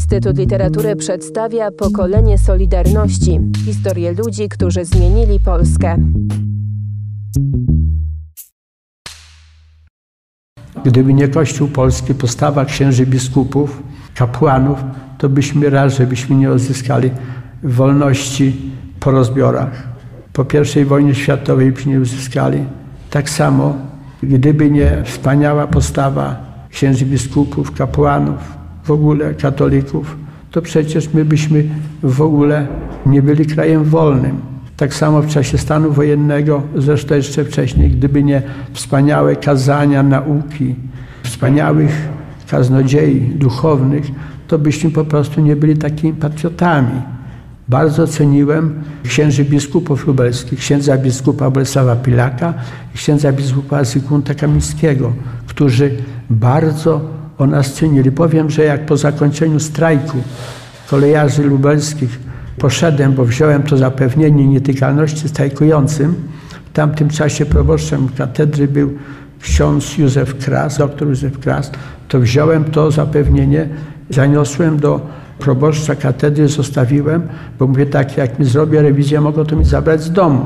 Instytut Literatury przedstawia Pokolenie Solidarności. Historię ludzi, którzy zmienili Polskę. Gdyby nie Kościół polski, postawa księży biskupów, kapłanów, to byśmy żebyśmy nie odzyskali wolności po rozbiorach. Po I wojnie światowej byśmy nie uzyskali. Tak samo, gdyby nie wspaniała postawa księży biskupów, kapłanów, w ogóle katolików, to przecież my byśmy w ogóle nie byli krajem wolnym. Tak samo w czasie stanu wojennego, zresztą jeszcze wcześniej, gdyby nie wspaniałe kazania, nauki, wspaniałych kaznodziei duchownych, to byśmy po prostu nie byli takimi patriotami. Bardzo ceniłem księży biskupów lubelskich, księdza biskupa Bolesława Pilaka i księdza biskupa Zygmunta Kamińskiego, którzy bardzo o nas cenili. Powiem, że jak po zakończeniu strajku kolejarzy lubelskich poszedłem, bo wziąłem to zapewnienie nietykalności strajkującym. W tamtym czasie proboszczem katedry był ksiądz Józef Kras, doktor Józef Kras. To wziąłem to zapewnienie, zaniosłem do proboszcza katedry, zostawiłem, bo mówię tak, jak mi zrobię rewizję, mogą to mi zabrać z domu.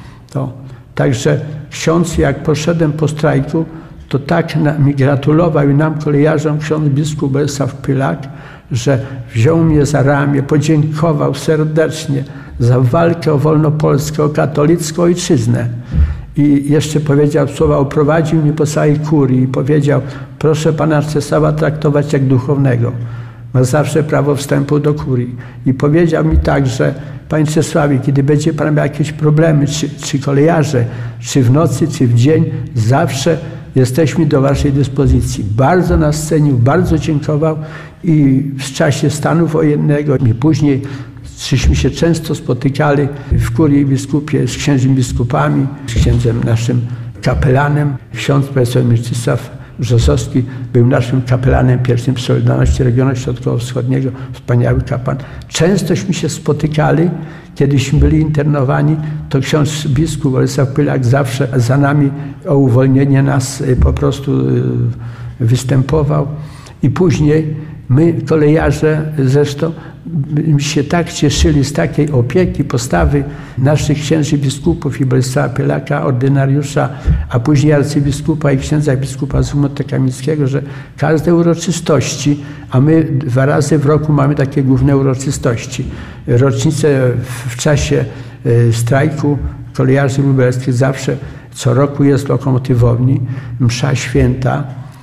Także ksiądz, jak poszedłem po strajku, to tak mi gratulował i nam kolejarzom ksiądz biskup Bolesław Pilak, że wziął mnie za ramię, podziękował serdecznie za walkę o wolną Polskę, o katolicką ojczyznę. I jeszcze powiedział słowa, oprowadził mnie po całej kurii i powiedział, proszę pana Czesława traktować jak duchownego. Ma zawsze prawo wstępu do kurii. I powiedział mi tak, że panie Czesławie, kiedy będzie pan miał jakieś problemy, czy kolejarze, czy w nocy, czy w dzień, zawsze jesteśmy do waszej dyspozycji. Bardzo nas cenił, bardzo dziękował i w czasie stanu wojennego i później żeśmy się często spotykali w kurii biskupie z księżymi biskupami, z księdzem naszym kapelanem. Ksiądz profesor Mieczysław Brzozowski był naszym kapelanem pierwszym Solidarności Regionu Środkowo-Wschodniego, wspaniały kapłan. Częstośmy się spotykali, kiedyśmy byli internowani, to ksiądz biskup Bolesław Pilak zawsze za nami o uwolnienie nas po prostu występował. I później my, kolejarze zresztą, się tak cieszyli z takiej opieki, postawy naszych księży biskupów i Bolesława Pilaka, ordynariusza, a później arcybiskupa i księdza biskupa Zygmunta Kamińskiego, że każde uroczystości, a my 2 razy w roku mamy takie główne uroczystości. Rocznicę w czasie strajku kolejarzy lubelskich zawsze co roku jest w lokomotywowni msza święta,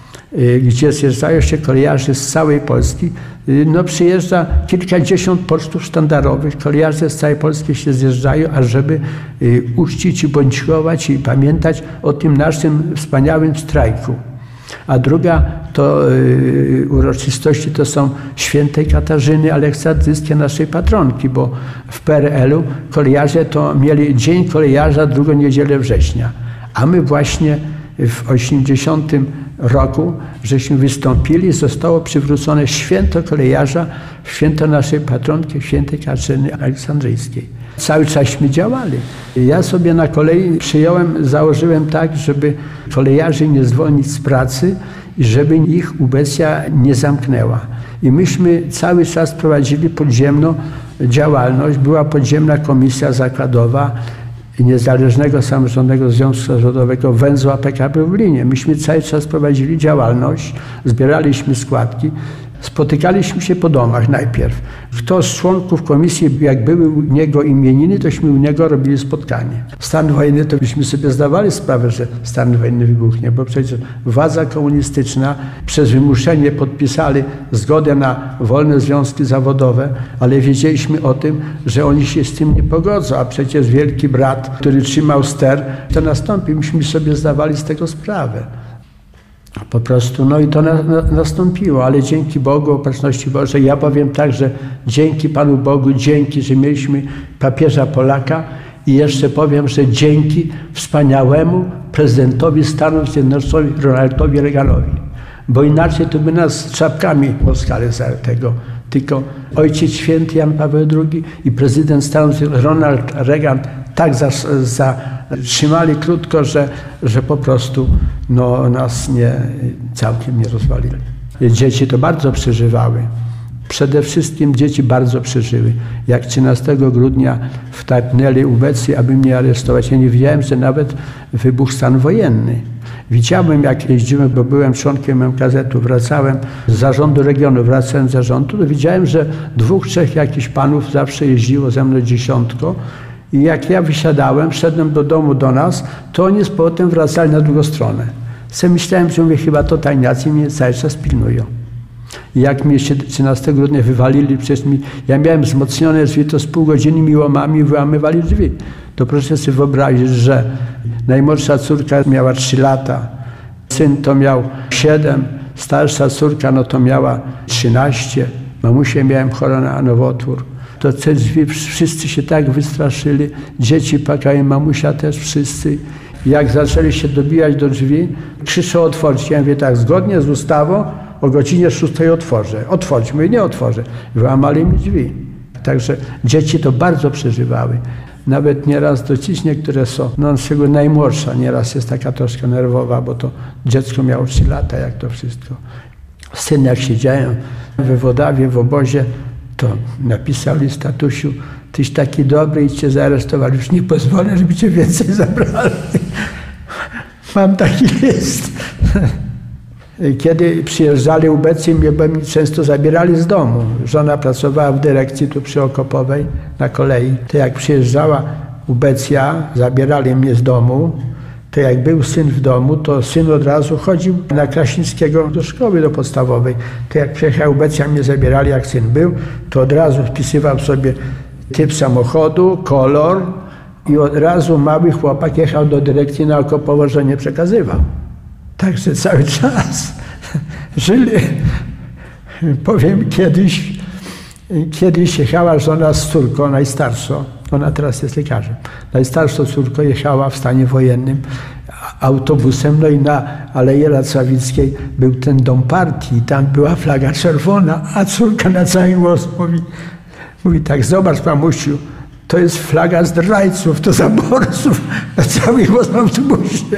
gdzie zjeżdżają się kolejarze z całej Polski. Przyjeżdża kilkadziesiąt pocztów sztandarowych. Kolejarze z całej Polski się zjeżdżają, ażeby uczcić i bądźkować i pamiętać o tym naszym wspaniałym strajku. A druga to uroczystości to są świętej Katarzyny Aleksandryjskiej, naszej patronki, bo w PRL-u kolejarze to mieli Dzień Kolejarza, drugą niedzielę września. A my właśnie w 80 roku żeśmy wystąpili, zostało przywrócone święto kolejarza, święto naszej patronki, świętej Katarzyny Aleksandryjskiej. Cały czasśmy działali. Ja sobie na kolei założyłem tak, żeby kolejarzy nie zwolnić z pracy i żeby ich ubecja nie zamknęła. I myśmy cały czas prowadzili podziemną działalność. Była podziemna komisja zakładowa Niezależnego Samorządnego Związku Zawodowego Węzła PKP w Lublinie. Myśmy cały czas prowadzili działalność, zbieraliśmy składki, spotykaliśmy się po domach najpierw. Kto z członków komisji, jak były u niego imieniny, tośmy u niego robili spotkanie. Stan wojenny, to byśmy sobie zdawali sprawę, że stan wojenny wybuchnie, bo przecież władza komunistyczna przez wymuszenie podpisali zgodę na wolne związki zawodowe, ale wiedzieliśmy o tym, że oni się z tym nie pogodzą, a przecież wielki brat, który trzymał ster, to nastąpi. Myśmy sobie zdawali z tego sprawę. Po prostu, i to nastąpiło, ale dzięki Bogu, Opatrzności Bożej, ja powiem tak, że dzięki Panu Bogu, dzięki, że mieliśmy papieża Polaka i jeszcze powiem, że dzięki wspaniałemu prezydentowi Stanów Zjednoczonych Ronaldowi Reaganowi, bo inaczej to by nas czapkami poskali za tego. Tylko Ojciec Święty Jan Paweł II i prezydent Stanów Zjednoczonych Ronald Reagan tak zatrzymali krótko, że po prostu nas całkiem nie rozwalili. Dzieci to bardzo przeżywały. Przede wszystkim dzieci bardzo przeżyły. Jak 13 grudnia wtargnęli ubecy, aby mnie aresztować, ja nie wiedziałem, że nawet wybuchł stan wojenny. Widziałem, jak jeździłem, bo byłem członkiem MKZ-u, wracałem z zarządu regionu, wracałem z zarządu, to widziałem, że 2, 3 jakichś panów zawsze jeździło ze mną 10. I jak ja wysiadałem, szedłem do domu do nas, to oni z powrotem wracali na drugą stronę. Myślałem, że mówię, chyba to tajniacy mnie cały czas pilnują. I jak mnie 13 grudnia wywalili, ja miałem wzmocnione drzwi, to z pół godziny mi łomami wyłamywali drzwi. To proszę sobie wyobrazić, że najmłodsza córka miała 3 lata, syn to miał 7, starsza córka no to miała 13, mamusię miałem chorą na nowotwór. To te drzwi wszyscy się tak wystraszyli, dzieci płakały, mamusia też wszyscy. Jak zaczęli się dobijać do drzwi, krzyczą otworzyć. Ja mówię tak, zgodnie z ustawą o godzinie 6 otworzę. Otworzyć, mówię, nie otworzę. Wyłamali mi drzwi. Także dzieci to bardzo przeżywały. Nawet nieraz dociśnie, które są, no szczególnie najmłodsza, nieraz jest taka troszkę nerwowa, bo to dziecko miało 3 lata, jak to wszystko. Syn, jak siedziałem we Wodawie, w obozie, to napisał list: tatusiu, tyś taki dobry i cię zaaresztowali, już nie pozwolę, żeby cię więcej zabrali. Mam taki list. Kiedy przyjeżdżali ubecy, mnie często zabierali z domu. Żona pracowała w dyrekcji tu przy Okopowej na kolei. To jak przyjeżdżała ubecja, zabierali mnie z domu. To jak był syn w domu, to syn od razu chodził na Krasińskiego do szkoły do podstawowej. To jak przyjechał ubecja, mnie zabierali, jak syn był, to od razu wpisywał sobie typ samochodu, kolor i od razu mały chłopak jechał do dyrekcji na Okopowo, że nie przekazywał. Także cały czas żyli. Powiem, kiedyś jechała żona z córką, najstarszą, ona teraz jest lekarzem, najstarszą córką jechała w stanie wojennym autobusem, no i na Alei Racławickiej był ten dom partii i tam była flaga czerwona, a córka na cały głos mówi tak: zobacz, mamusiu, to jest flaga zdrajców, to zaborców, na cały głos w autobusie.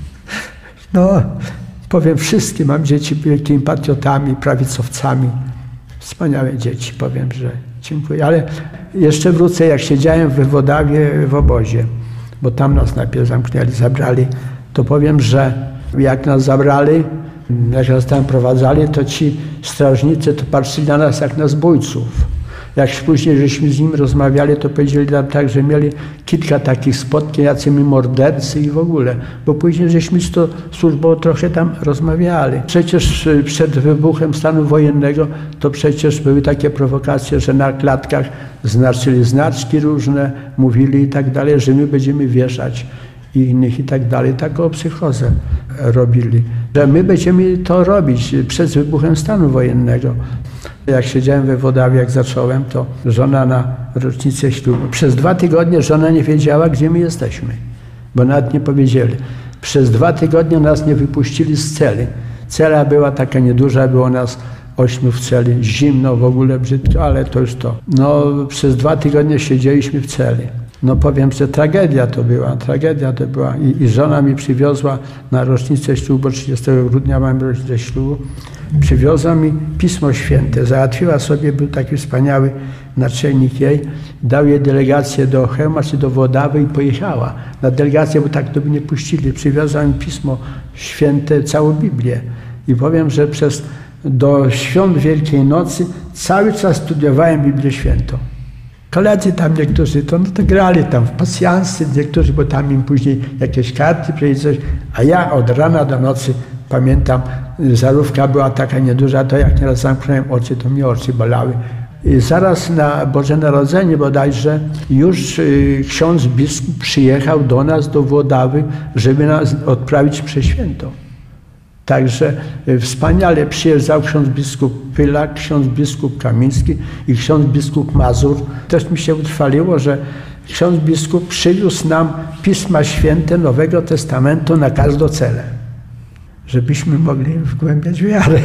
No, powiem, wszystkie mam dzieci wielkimi patriotami, prawicowcami. Wspaniałe dzieci, powiem, że dziękuję. Ale jeszcze wrócę, jak siedziałem w Wodawie w obozie, bo tam nas najpierw zamknęli, zabrali, to powiem, że jak nas zabrali, jak nas tam prowadzali, to ci strażnicy to patrzyli na nas jak na zbójców. Jak później żeśmy z nim rozmawiali, to powiedzieli nam tak, że mieli kilka takich spotkań, jacy my mordercy i w ogóle. Bo później żeśmy z tą służbą trochę tam rozmawiali. Przecież przed wybuchem stanu wojennego to przecież były takie prowokacje, że na klatkach znaczyli znaczki różne, mówili i tak dalej, że my będziemy wieszać i innych i tak dalej. Taką psychozę robili. Że my będziemy to robić przed wybuchem stanu wojennego. Jak siedziałem we Wodawie, jak zacząłem, to żona na rocznicę ślubu. Przez 2 tygodnie żona nie wiedziała, gdzie my jesteśmy, bo nawet nie powiedzieli. Przez 2 tygodnie nas nie wypuścili z celi. Cela była taka nieduża, było nas 8 w celi, zimno, w ogóle brzydko, ale to już to. No, przez 2 tygodnie siedzieliśmy w celi. No powiem, że tragedia to była. I żona mi przywiozła na rocznicę ślubu, bo 30 grudnia mam rocznicę ślubu, przywiozła mi Pismo Święte. Załatwiła sobie, był taki wspaniały naczelnik jej, dał jej delegację do Chełma czy do Wodawy i pojechała. Na delegację, bo tak to by nie puścili. Przywiozła mi Pismo Święte, całą Biblię. I powiem, że do świąt Wielkiej Nocy cały czas studiowałem Biblię Świętą. Koledzy tam niektórzy to grali tam w pasjansy, niektórzy, bo tam im później jakieś karty przyjdzie coś, a ja od rana do nocy pamiętam, żarówka była taka nieduża, to jak nieraz zamknąłem oczy, to mi oczy bolały. I zaraz na Boże Narodzenie bodajże już ksiądz biskup przyjechał do nas, do Wodawy, żeby nas odprawić mszę świętą. Także wspaniale przyjeżdżał ksiądz biskup Pylak, ksiądz biskup Kamiński i ksiądz biskup Mazur. Też mi się utrwaliło, że ksiądz biskup przywiózł nam Pisma Święte Nowego Testamentu na każdą celę, żebyśmy mogli wgłębiać wiarę.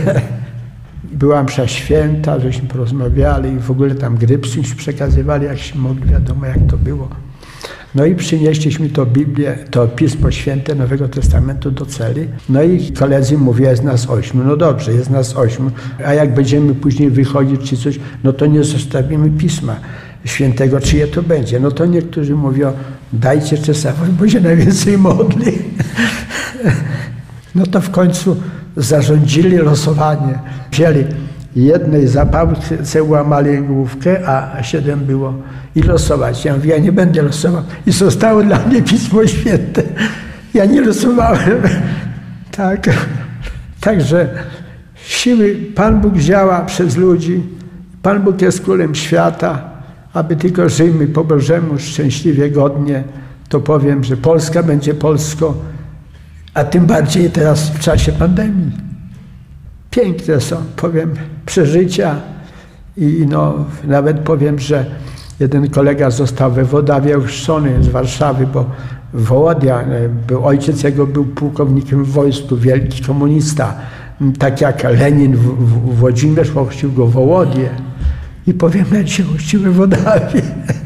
Była msza święta, żeśmy porozmawiali i w ogóle tam gry przekazywali, jak się mogli, wiadomo jak to było. No i przynieśliśmy to Biblię, to Pismo Święte Nowego Testamentu do celi. No i koledzy mówią, jest nas 8. No dobrze, jest nas 8, a jak będziemy później wychodzić czy coś, no to nie zostawimy Pisma Świętego, czyje to będzie. No to niektórzy mówią, dajcie Czasowość, bo się najwięcej modli. No to w końcu zarządzili losowanie. Wzięli jednej zapałce, łamali główkę, a 7 było i losować. Ja mówię, ja nie będę losował. I zostało dla mnie Pismo Święte. Ja nie losowałem. Tak. Także siły Pan Bóg działa przez ludzi. Pan Bóg jest królem świata. Aby tylko żyjmy po Bożemu, szczęśliwie, godnie, to powiem, że Polska będzie Polską, a tym bardziej teraz w czasie pandemii. Piękne są, powiem, przeżycia i no, nawet powiem, że jeden kolega został we Wołodawie ochrzczony z Warszawy, bo Wołodia, ojciec jego był pułkownikiem w wojsku, wielki komunista, tak jak Lenin Włodzimierz ochrzcił go w Wołodzie. I powiem, ja dzisiaj ochrzciłem w Wołodawie.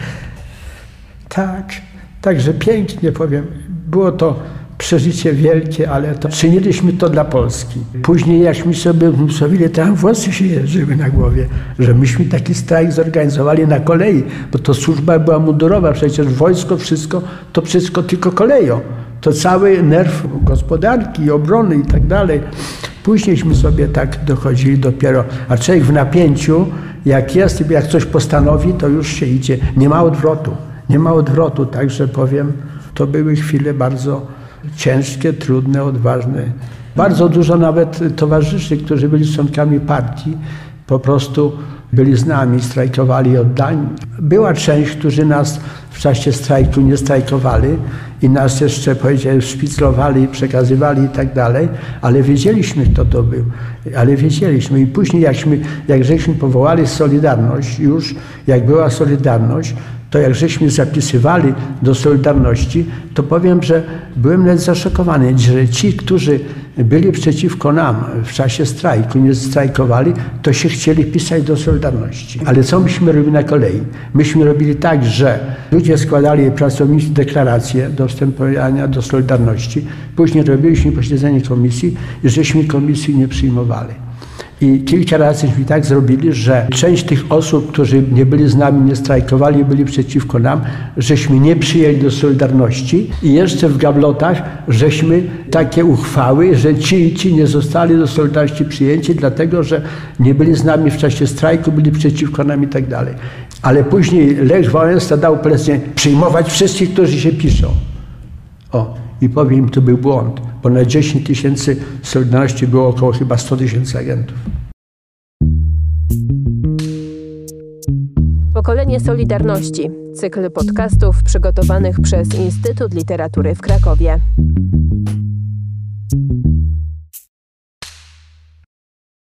Tak, także pięknie powiem, było to przeżycie wielkie, ale to czyniliśmy to dla Polski. Później jakśmy sobie umysłowili, tam włosy się jeżyły na głowie, że myśmy taki strajk zorganizowali na kolei, bo to służba była mundurowa, przecież wojsko, to wszystko tylko koleją. To cały nerw gospodarki i obrony i tak dalej. Późniejśmy sobie tak dochodzili dopiero, a człowiek w napięciu, jak jest, jak coś postanowi, to już się idzie. Nie ma odwrotu, także powiem, to były chwile bardzo ciężkie, trudne, odważne. Bardzo dużo nawet towarzyszy, którzy byli członkami partii, po prostu byli z nami, strajkowali oddani. Była część, którzy nas w czasie strajku nie strajkowali i nas jeszcze, powiedziałem, szpiclowali, przekazywali i tak dalej, ale wiedzieliśmy, kto to był. Ale wiedzieliśmy i później jak żeśmy powołali Solidarność, już jak była Solidarność, to jak żeśmy zapisywali do Solidarności, to powiem, że byłem nawet zaszokowany, że ci, którzy byli przeciwko nam w czasie strajku, nie strajkowali, to się chcieli pisać do Solidarności. Ale co myśmy robili na kolei? Myśmy robili tak, że ludzie składali pracownicy deklaracje do wstępowania do Solidarności, później robiliśmy posiedzenie komisji i żeśmy komisji nie przyjmowali. I kilka razyśmy tak zrobili, że część tych osób, którzy nie byli z nami, nie strajkowali, byli przeciwko nam, żeśmy nie przyjęli do Solidarności i jeszcze w gablotach żeśmy takie uchwały, że ci i ci nie zostali do Solidarności przyjęci, dlatego że nie byli z nami w czasie strajku, byli przeciwko nam i tak dalej. Ale później Lech Wałęsa dał polecenie przyjmować wszystkich, którzy się piszą. I powiem, to był błąd, bo na 10 000 Solidarności było około chyba 100 000 agentów. Pokolenie Solidarności. Cykl podcastów przygotowanych przez Instytut Literatury w Krakowie.